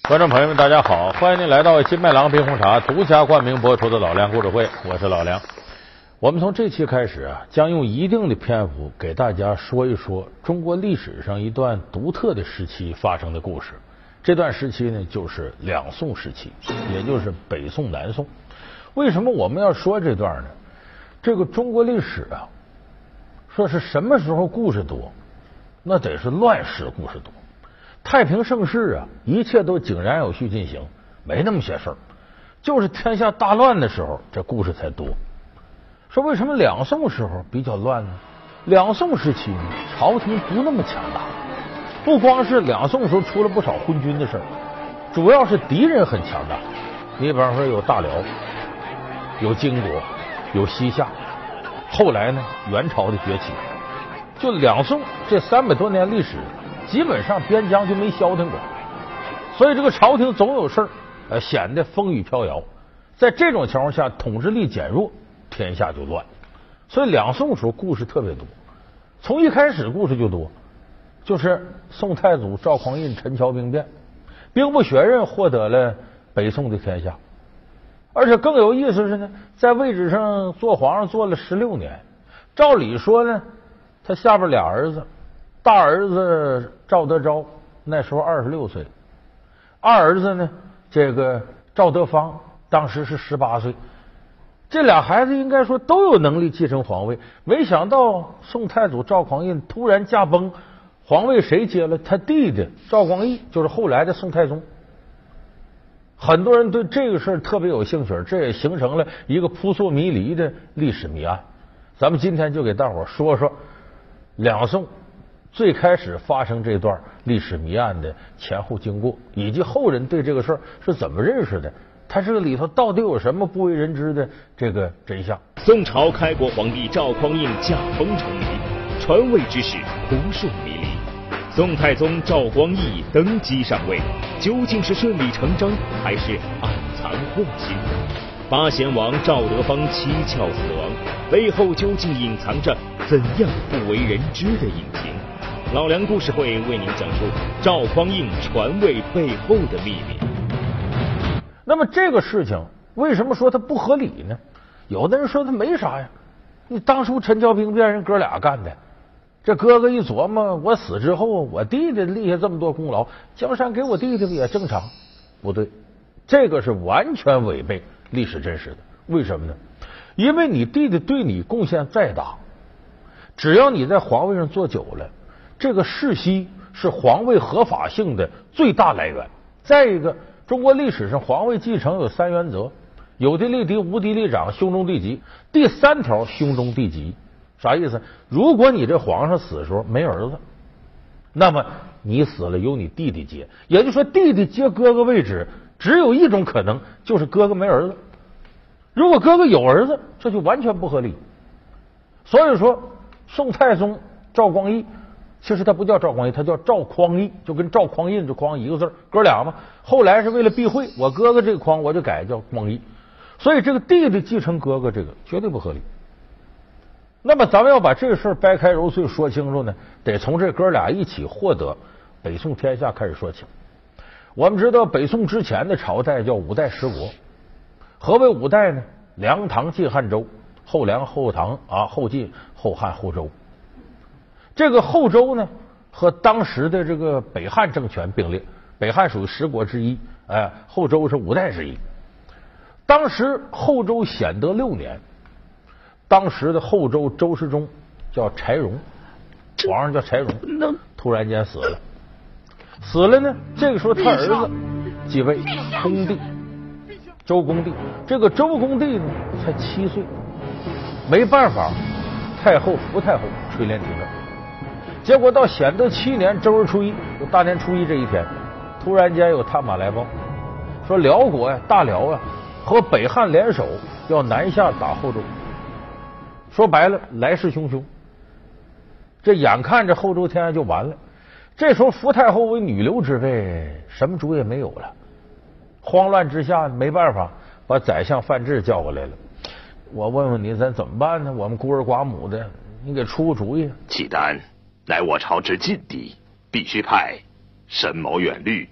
观众朋友们，大家好，欢迎您来到金麦郎冰红茶独家冠名播出的老梁故事会，我是老梁。我们从这期开始将用一定的篇幅给大家说一说中国历史上一段独特的时期发生的故事。这段时期呢，就是两宋时期，也就是北宋、南宋。为什么我们要说这段呢？这个中国历史说是什么时候故事多，那得是乱世故事多。太平盛世一切都井然有序进行，没那么些事儿。就是天下大乱的时候，这故事才多。说为什么两宋时候比较乱呢？两宋时期呢，朝廷不那么强大，不光是两宋时候出了不少昏君的事儿，主要是敌人很强大。你比方说有大辽，有金国，有西夏，后来呢元朝的崛起，就两宋这300多年历史，基本上边疆就没消停过，所以这个朝廷总有事儿，显得风雨飘摇。在这种情况下，统治力减弱，天下就乱。所以两宋时候故事特别多，从一开始故事就多，就是宋太祖赵匡胤陈桥兵变，兵不血刃获得了北宋的天下。而且更有意思是呢，在位置上做皇上做了16年。照理说呢，他下边俩儿子，大儿子赵德昭那时候26岁，二儿子呢这个赵德芳当时是18岁。这俩孩子应该说都有能力继承皇位，没想到宋太祖赵匡胤突然驾崩，皇位谁接了？他弟弟赵光义，就是后来的宋太宗。很多人对这个事儿特别有兴趣，这也形成了一个扑朔迷离的历史谜案。咱们今天就给大伙说说两宋最开始发生这段历史谜案的前后经过，以及后人对这个事儿是怎么认识的，它这个里头到底有什么不为人知的这个真相。 宋朝开国皇帝赵匡胤驾崩成谜，传位之事扑朔迷离。宋太宗赵光义登基上位，究竟是顺理成章还是暗藏祸心？八贤王赵德芳蹊跷死亡，背后究竟隐藏着怎样不为人知的隐情？老梁故事会为您讲述赵匡胤传位背后的秘密。 那么这个事情为什么说它不合理呢？有的人说它没啥呀，你当初陈桥兵变人哥俩干的，这哥哥一琢磨，我死之后我弟弟立下这么多功劳，江山给我弟弟也正常。不对，这个是完全违背历史真实的。为什么呢？因为你弟弟对你贡献再大，只要你在皇位上坐久了，这个世袭是皇位合法性的最大来源。再一个，中国历史上皇位继承有3原则：有的立嫡，无嫡立长，兄终弟及。第3条，兄终弟及。啥意思？如果你这皇上死的时候没儿子，那么你死了由你弟弟接，也就是说弟弟接哥哥位置只有一种可能，就是哥哥没儿子。如果哥哥有儿子，这就完全不合理。所以说宋太宗赵光义，其实他不叫赵光义，他叫赵匡义，就跟赵匡胤这匡一个字，哥俩嘛。后来是为了避讳我哥哥这个匡，我就改叫光义。所以这个弟弟继承哥哥这个绝对不合理。那么咱们要把这个事儿掰开揉碎说清楚呢，得从这哥俩一起获得北宋天下开始说起。我们知道北宋之前的朝代叫五代十国。何为五代呢？梁唐晋汉周，后梁后唐后晋后汉后周。这个后周呢和当时的这个北汉政权并列，北汉属于10国之一，后周是5代之一。当时后周显德6年，当时的后周周世宗叫柴荣，皇上叫柴荣，突然间死了。死了呢，这个时候他儿子继位，恭帝周恭帝。这个周恭帝呢才7岁，没办法，太后福太后垂帘听政。结果到显德7年周日初一，就大年初一这一天，突然间有探马来报，说辽国大辽和北汉联手要南下打后周。说白了，来势汹汹。这眼看着后周天下就完了。这时候福太后为女流之辈，什么主也没有了。慌乱之下没办法，把宰相范质叫过来了。我问问你，咱怎么办呢？我们孤儿寡母的，你给出个主意。 契丹乃我朝之劲敌，必须派深谋远虑、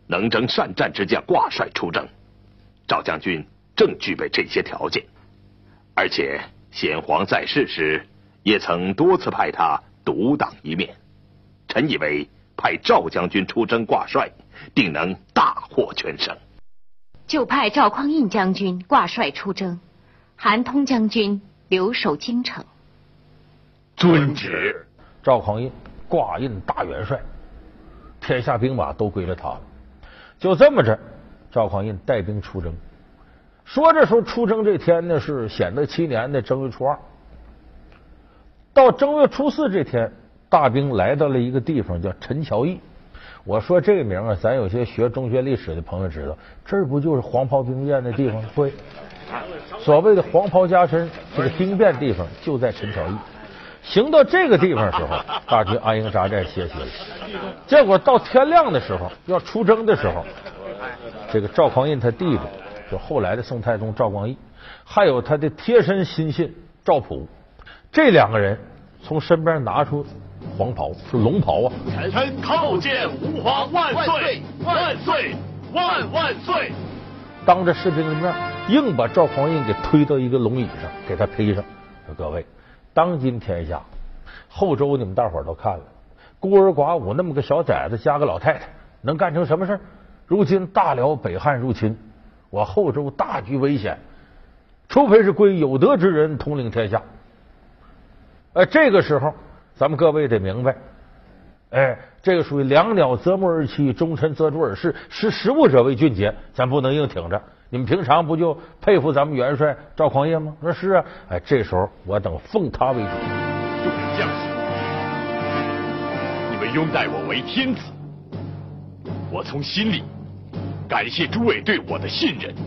能征善战之将挂帅出征。赵将军正具备这些条件，而且先皇在世时也曾多次派他独当一面。臣以为派赵将军出征挂帅，定能大获全胜。 就派赵匡胤将军挂帅出征，韩通将军留守京城。 遵旨。 赵匡胤挂印大元帅，天下兵马都归了他了。就这么着，赵匡胤带兵出征。说这时候出征这天呢是显德7年的正月初2，到正月初4这天，大兵来到了一个地方叫陈桥驿。我说这个名啊，咱有些学中学历史的朋友知道，这儿不就是黄袍兵变的地方？对，所谓的黄袍加身，这个兵变地方就在陈桥驿。行到这个地方的时候，大军安营扎寨歇息了。结果到天亮的时候，要出征的时候，这个赵匡胤他弟弟，就后来的宋太宗赵光义，还有他的贴身亲信赵普，这2个人从身边拿出黄袍，是龙袍啊！ 臣叩见吾皇万岁，万岁，万万岁！ 当着士兵的面，硬把赵匡胤给推到一个龙椅上，给他披上。说各位，当今天下，后周你们大伙儿都看了，孤儿寡母那么个小崽子加个老太太，能干成什么事？如今大辽北汉入侵，我后周大局危险，除非是归有德之人统领天下。这个时候，咱们各位得明白，这个属于良鸟择木而栖，忠臣择主而事，识时务者为俊杰，咱不能硬挺着。你们平常不就佩服咱们元帅赵匡胤吗？说是啊，这时候我等奉他为主。 众人将士，你们拥戴我为天子，我从心里感谢诸位对我的信任。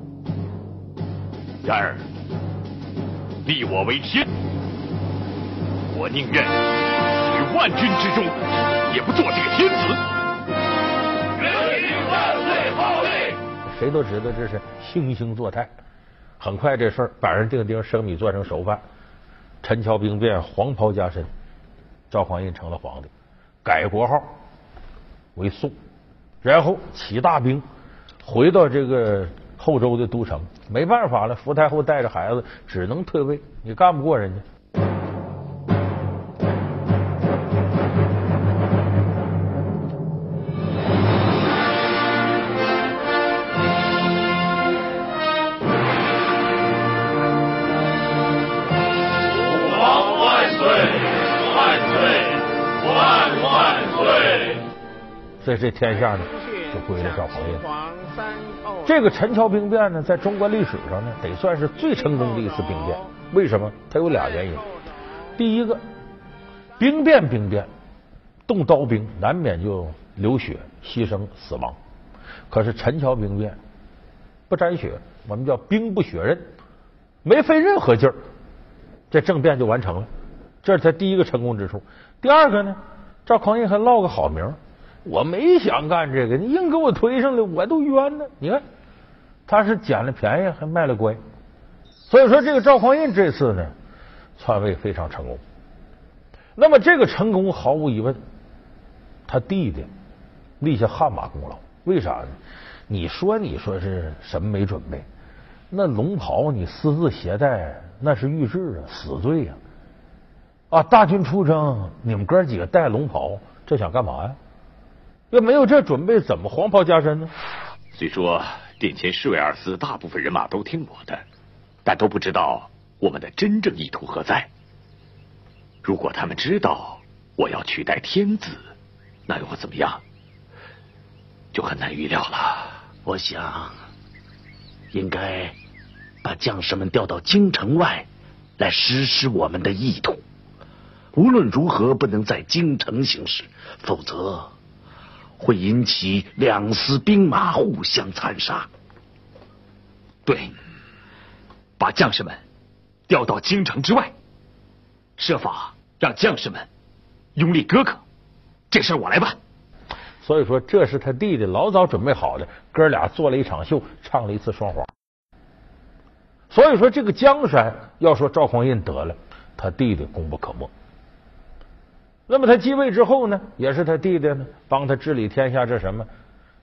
然而，立我为天，我宁愿死于万军之中，也不做这个天子。人民万岁号令！ 谁都知道这是惺惺作态。很快这事儿板上钉钉，生米做成熟饭。陈桥兵变，黄袍加身，赵匡胤成了皇帝，改国号为宋，然后起大兵回到这个后周的都城。没办法了，福太后带着孩子只能退位，你干不过人家。所以这天下呢就归了赵匡胤。这个陈桥兵变呢，在中国历史上呢，得算是最成功的一次兵变。为什么？它有2原因。第一个，兵变动刀兵，难免就流血、牺牲、死亡。可是陈桥兵变不沾血，我们叫兵不血刃，没费任何劲儿，这政变就完成了。这是他第一个成功之处。第二个呢，赵匡胤还落个好名。我没想干这个，你硬给我推上来，我都冤呢。你看，他是捡了便宜还卖了乖。所以说，这个赵匡胤这次呢，篡位非常成功。那么这个成功毫无疑问，他弟弟立下汗马功劳。为啥呢？你说是什么没准备？那龙袍你私自携带，那是御制啊，死罪呀！大军出征，你们哥几个带龙袍，这想干嘛呀？要没有这准备，怎么黄袍加身呢？ 虽说殿前侍卫2司大部分人马都听我的，但都不知道我们的真正意图何在。如果他们知道我要取代天子，那又会怎么样？就很难预料了。 我想应该把将士们调到京城外来实施我们的意图。无论如何不能在京城行事，否则会引起2司兵马互相残杀。 对，把将士们调到京城之外，设法让将士们拥立哥哥，这事我来办。 所以说，这是他弟弟老早准备好的，哥俩做了一场秀，唱了一次双簧。所以说，这个江山要说赵匡胤得了，他弟弟功不可没。那么他继位之后呢，也是他弟弟呢帮他治理天下，这什么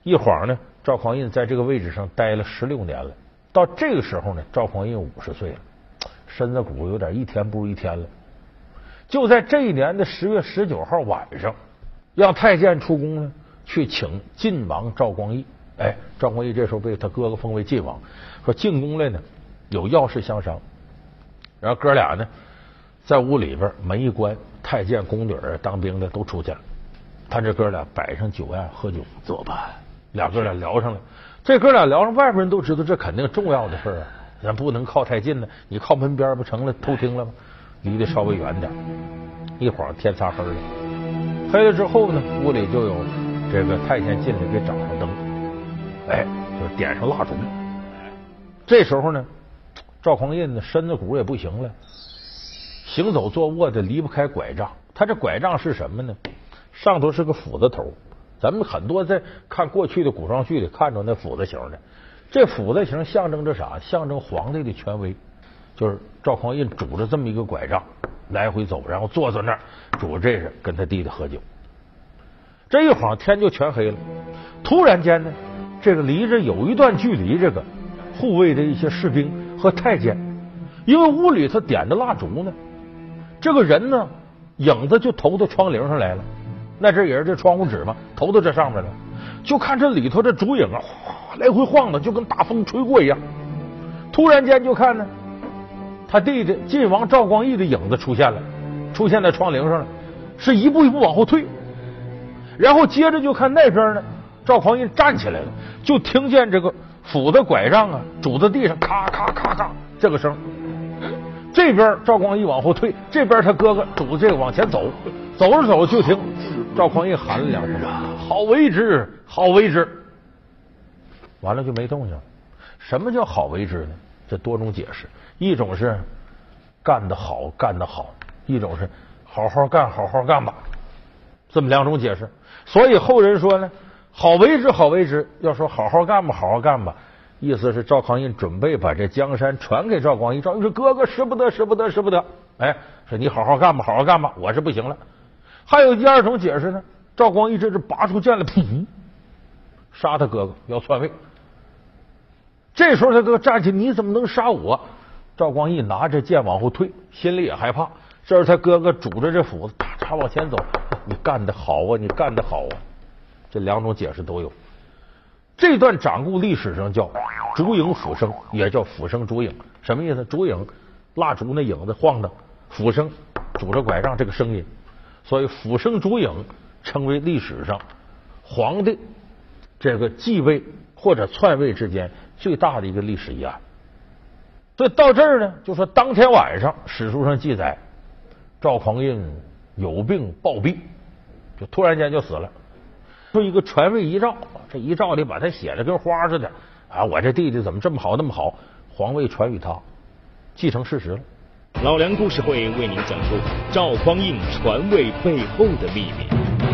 一晃呢，赵匡胤在这个位置上待了16年了。到这个时候呢，赵匡胤50岁了，身子骨有点一天不如一天了。就在这一年的10月19号晚上，让太监出宫呢，去请晋王赵光义。哎，赵光义这时候被他哥哥封为晋王，说进宫来呢，有要事相商。然后哥俩呢，在屋里边门一关，太监、宫女、当兵的都出去了。他这哥俩摆上酒宴喝酒， 作伴。 俩哥俩聊上了。这哥俩聊上，外边人都知道这肯定重要的事啊，咱不能靠太近呢，你靠门边不成了偷听了吗？离得稍微远点。一晃天擦黑了，黑了之后呢，屋里就有这个太监进来给找上灯，哎，就点上蜡烛。这时候呢，赵匡胤呢身子骨也不行了，行走坐卧的离不开拐杖。他这拐杖是什么呢？上头是个斧子头。咱们很多在看过去的古装剧里看着那斧子形的，这斧子形象征着啥？象征皇帝的权威。就是赵匡胤拄着这么一个拐杖来回走，然后坐在那儿拄着这个跟他弟弟喝酒。这一晃天就全黑了。突然间呢，这个离着有一段距离，这个护卫的一些士兵和太监，因为屋里头点着蜡烛呢，这个人呢影子就投到窗棂上来了。那这也是这窗户纸嘛，投到这上面了。就看这里头这烛影啊，来回晃的，就跟大风吹过一样。突然间就看呢，他弟弟晋王赵光义的影子出现了，出现在窗棂上了，是一步一步往后退。然后接着就看那边呢，赵匡胤站起来了，就听见这个斧子拐杖啊拄在地上咔咔咔咔这个声。这边赵光义往后退，这边他哥哥拄着这个往前走，走着走着就听赵匡胤喊了2声：“好为之，好为之。”完了就没动静了。什么叫好为之呢？这多种解释，一种是干得好，干得好；一种是好好干，好好干吧。这么2种解释。所以后人说呢，好为之，好为之。要说好好干吧，好好干吧，意思是赵匡胤准备把这江山传给赵光义。赵光义说：“哥哥，使不得，使不得，使不得。”哎，说你好好干吧，好好干吧，我是不行了。还有第2种解释呢，赵光义这是拔出剑来，噗，杀他哥哥，要篡位。这时候他哥站起，你怎么能杀我？赵光义拿着剑往后退，心里也害怕。这是他哥哥拄着这斧子，咔嚓往前走。你干得好啊，你干得好啊！这2种解释都有。这段掌故历史上叫烛影斧声，也叫斧声烛影。什么意思？烛影，蜡烛那影子晃荡；斧声，拄着拐杖这个声音。所以斧声烛影成为历史上皇帝这个继位或者篡位之间最大的一个历史疑案。所以到这儿呢，就说当天晚上史书上记载，赵匡胤有病暴毙，就突然间就死了。说一个传位遗诏，这遗诏里把他写的跟花似的啊！我这弟弟怎么这么好那么好，皇位传与他，继承事实了。 老梁故事会为您讲述赵匡胤传位背后的秘密。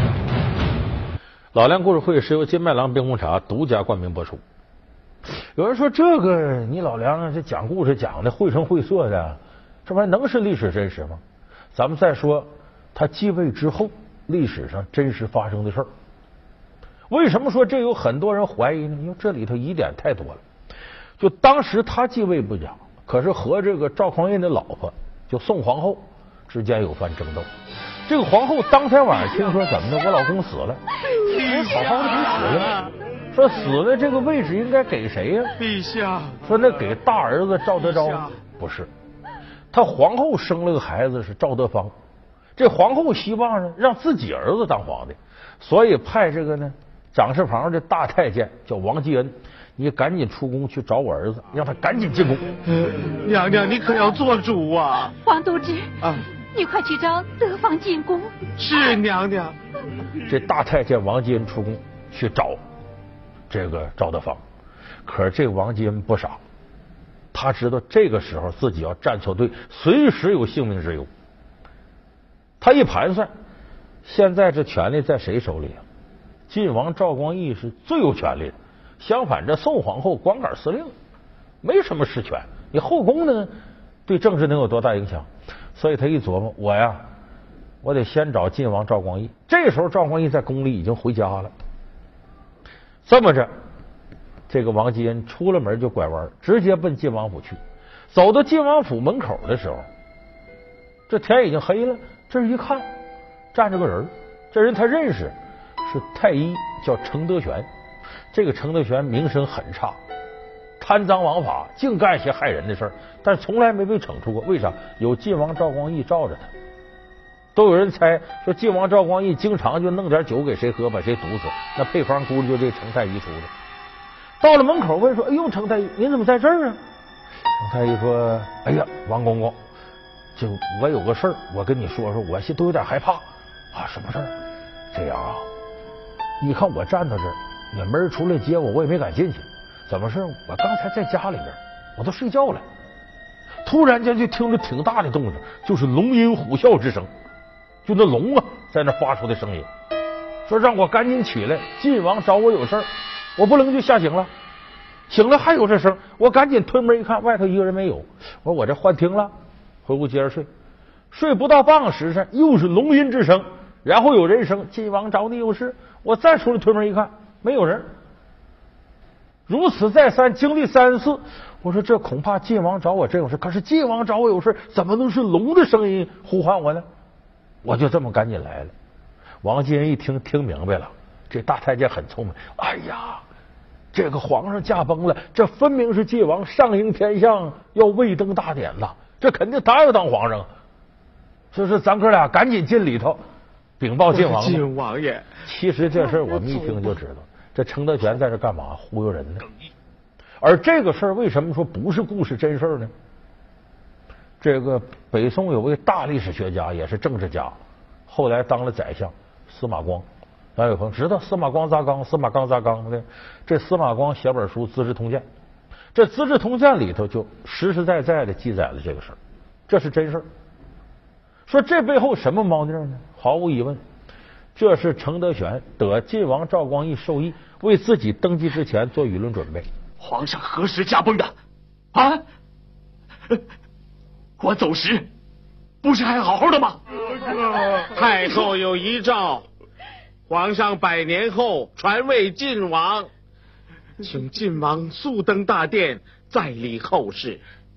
老梁故事会是由金麦郎冰红茶独家冠名播出。有人说这个你老梁啊，这讲故事讲的绘声绘色的，这玩意能是历史真实吗？咱们再说他继位之后历史上真实发生的事儿。为什么说这有很多人怀疑呢？因为这里头疑点太多了。就当时他继位不讲，可是和这个赵匡胤的老婆就宋皇后之间有番争斗。这个皇后当天晚上听说怎么的，我老公死了，哎，好好的给死了，说死了这个位置应该给谁呀？ 陛下， 说那给大儿子赵德昭，不是，他皇后生了个孩子是赵德芳，这皇后希望呢让自己儿子当皇帝，所以派这个呢掌事旁的大太监叫王继恩，你赶紧出宫去找我儿子，让他赶紧进宫。 娘娘，你可要做主啊！ 王都知啊， 你快去找德芳进宫。 是娘娘。 这大太监王继恩出宫去找这个赵德芳，可是这王继恩不傻，他知道这个时候自己要站错队，随时有性命之忧。他一盘算，现在这权力在谁手里啊？晋王赵光义是最有权力的，相反这宋皇后光杆司令，没什么实权。你后宫呢，对政治能有多大影响？所以他一琢磨，我得先找晋王赵光义。这时候赵光义在宫里已经回家了。 这么着，这个王继恩出了门就拐弯，直接奔晋王府去。走到晋王府门口的时候，这天已经黑了，这一看站着个人，这人他认识，是太医，叫程德玄。这个程德玄名声很差，贪赃枉法，净干些害人的事儿，但是从来没被惩处过。为啥？有晋王赵光义罩着他。都有人猜说晋王赵光义经常就弄点酒给谁喝，把谁毒死，那配方估计就这程太医出的。到了门口问说：“哎呦，程太医，你怎么在这儿啊？”程太医说：“哎呀，王公公，就我有个事儿，我跟你说说，我都有点害怕啊。什么事儿？这样啊，你看我站到这儿，你门出来接我，我也没敢进去。怎么事？我刚才在家里边，我都睡觉了，突然间就听着挺大的动静，就是龙吟虎啸之声。”就那龙啊，在那发出的声音，说让我赶紧起来，晋王找我有事儿，我不能就吓醒了。醒了还有这声，我赶紧推门一看，外头一个人没有。我说我这幻听了，回屋接着睡。睡不到半个时辰，又是龙吟之声，然后有人声：“晋王找你有事。”我再出来推门一看，没有人。如此再三，经历3次，我说这恐怕晋王找我真有事。可是晋王找我有事，怎么能是龙的声音呼唤我呢？我就这么赶紧来了。王继恩一听明白了，这大太监很聪明。哎呀，这个皇上驾崩了，这分明是晋王上迎天象，要未登大典了，这肯定他要当皇上。所以说咱哥俩赶紧进里头禀报晋王。 晋王爷， 其实这事儿我们一听就知道，这程德玄在这干嘛？忽悠人呢。而这个事儿为什么说不是故事真事儿呢？这个北宋有位大历史学家，也是政治家，后来当了宰相，司马光。咱有朋友知道司马光砸缸，司马刚砸缸的。这司马光写本书《资治通鉴》，这《资治通鉴》里头就实实在在的记载了这个事儿，这是真事儿。说这背后什么猫腻呢？毫无疑问，这是程德玄得晋王赵光义授意，为自己登基之前做舆论准备。 皇上何时驾崩的？啊？我走时不是还好好的吗？ 太后有遗诏，皇上100年后传位晋王，请晋王速登大殿，再理后事。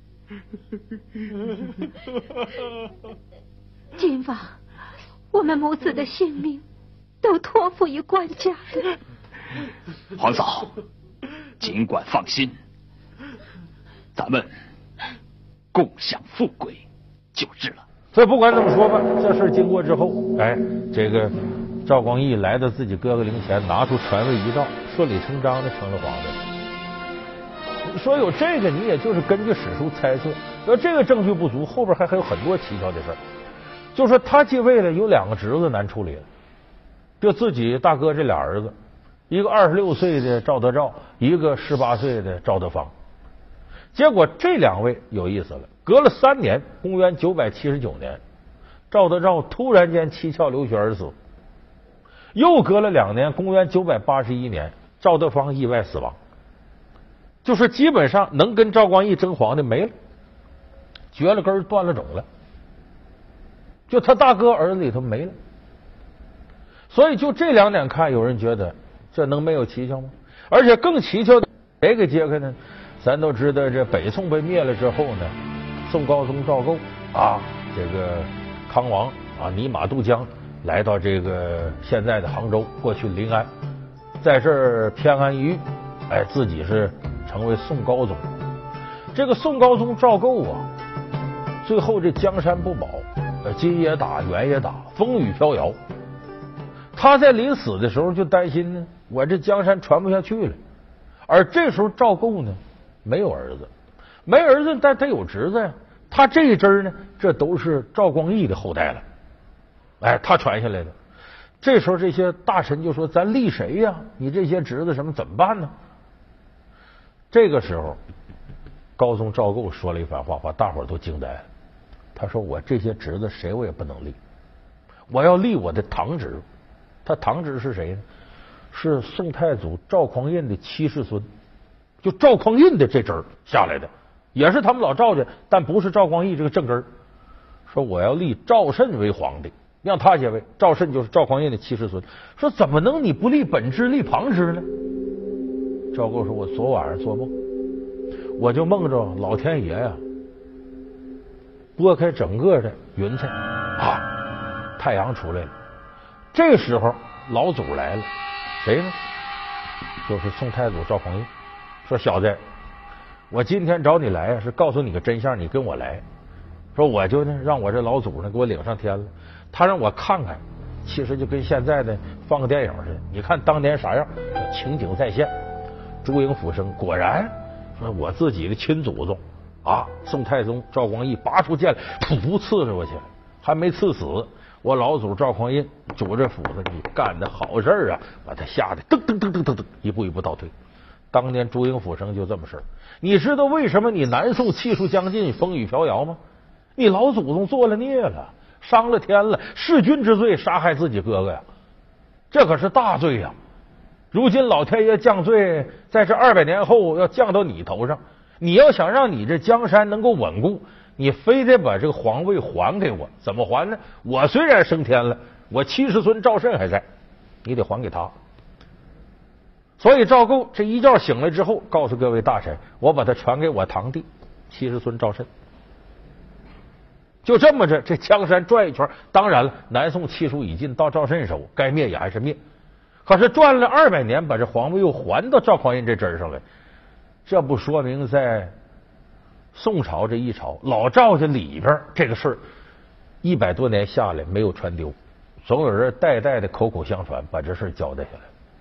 晋王，我们母子的性命都托付于官家了。 皇嫂，尽管放心，咱们共享富贵就是了。 所以不管怎么说吧，这事经过之后，这个赵光义来到自己哥哥灵前，拿出传位遗诏，顺理成章的成了皇帝。说有这个，你也就是根据史书猜测，要这个证据不足，后边还有很多蹊跷的事儿。就说他继位了，有2个侄子难处理了，就自己大哥这俩儿子，一个26岁的赵德昭，一个18岁的赵德芳。结果这2位有意思了，隔了3年，公元979年，赵德昭突然间七窍流血而死。又隔了2年，公元981年，赵德芳意外死亡。就是基本上能跟赵光义争皇的没了，绝了根断了种了。就他大哥儿子里头没了。所以就这2点看，有人觉得这能没有蹊跷吗？而且更蹊跷的谁给揭开呢？咱都知道，这北宋被灭了之后呢，宋高宗赵构这个康王尼玛渡江，来到这个现在的杭州，过去临安，在这儿偏安一隅，自己是成为宋高宗。这个宋高宗赵构最后这江山不保，金也打，元也打，风雨飘摇。他在临死的时候就担心呢，我这江山传不下去了。而这时候赵构呢，没有儿子，没儿子，但他有侄子呀。他这一支呢，这都是赵光义的后代了，他传下来的。这时候这些大臣就说：“咱立谁呀？你这些侄子什么怎么办呢？”这个时候，高宗赵构说了一番话，把大伙儿都惊呆了。他说：“我这些侄子谁我也不能立，我要立我的堂侄。他堂侄是谁呢？是宋太祖赵匡胤的7世孙，就赵匡胤的这支儿下来的，也是他们老赵家，但不是赵光义这个正根儿。说我要立赵慎为皇帝，让他接位。赵慎就是赵匡胤的7世孙。说怎么能你不立本支立旁支呢？ 赵构说：“我昨晚上做梦，我就梦着老天爷呀，拨开整个的云彩啊，太阳出来了。这时候老祖来了，谁呢？就是宋太祖赵匡胤。说小子，我今天找你来是告诉你个真相，你跟我来。说我就呢让我这老祖呢给我领上天了，他让我看看，其实就跟现在呢放个电影似的，你看当年啥样，情景再现。朱迎府生果然说我自己的亲祖宗啊，宋太宗赵光义拔出剑来，噗刺着我去了，还没刺死。我老祖赵匡胤拄着斧子，你干的好事啊，把他吓得噔噔噔噔噔噔一步一步倒退。当年朱迎府生就这么事儿。你知道为什么你南宋气数将尽，风雨飘摇吗？你老祖宗做了孽了，伤了天了，弑君之罪，杀害自己哥哥呀，这可是大罪呀！如今老天爷降罪，在这200年后要降到你头上，你要想让你这江山能够稳固，你非得把这个皇位还给我。怎么还呢？我虽然升天了，我70孙赵慎还在，你得还给他。所以赵构这一觉醒来之后，告诉各位大臣，我把他传给我堂弟70孙赵慎。就这么着，这江山转一圈，当然了，南宋气数已尽，到赵慎手，该灭也还是灭。可是转了200年，把这皇位又还到赵匡胤这针上来，这不说明在宋朝这一朝，老赵家里边这个事儿100多年下来没有传丢，总有人代代的口口相传，把这事儿交代下来。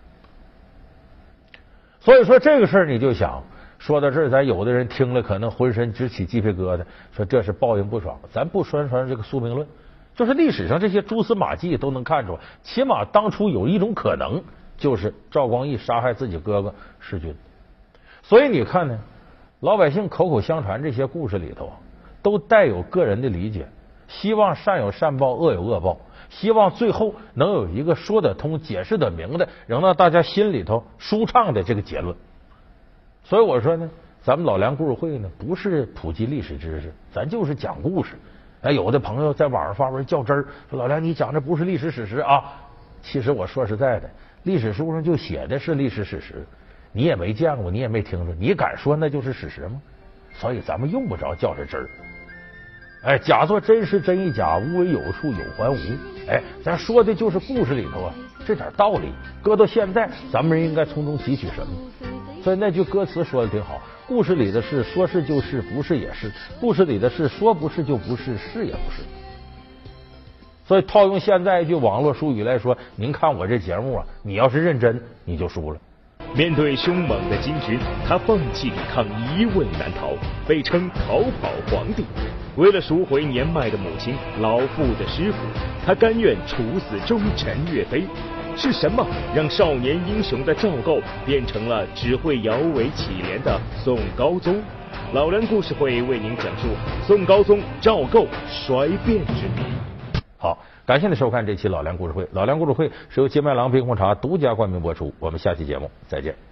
所以说这个事儿，你就想说到这儿，咱有的人听了可能浑身直起鸡皮疙瘩，说这是报应不爽。咱不宣传这个宿命论，就是历史上这些蛛丝马迹都能看出来，起码当初有一种可能，就是赵光义杀害自己哥哥弑君。所以你看呢，老百姓口口相传这些故事里头啊，都带有个人的理解，希望善有善报，恶有恶报，希望最后能有一个说得通、解释得明的，让到大家心里头舒畅的这个结论。所以我说呢，咱们老梁故事会呢，不是普及历史知识，咱就是讲故事。有的朋友在网上发文较真儿，说老梁你讲这不是历史史实啊。其实我说实在的，历史书上就写的是历史史实，你也没见过，你也没听说，你敢说那就是史实吗？所以咱们用不着较这真儿。假作真实真亦假，无为有处有还无。咱说的就是故事里头啊这点道理，搁到现在，咱们人应该从中汲取什么？所以那句歌词说的挺好，故事里的事说是就是，不是也是；故事里的事说不是就不是，是也不是。所以套用现在一句网络俗语来说，您看我这节目啊，你要是认真，你就输了。 面对凶猛的金军，他放弃抵抗，一问难逃，被称逃跑皇帝。为了赎回年迈的母亲、老父的师傅，他甘愿处死忠臣岳飞。是什么让少年英雄的赵构变成了只会摇尾乞怜的宋高宗？老梁故事会为您讲述宋高宗赵构衰变之谜。 好，感谢您收看这期老梁故事会。老梁故事会是由金麦郎冰红茶独家冠名播出。我们下期节目再见。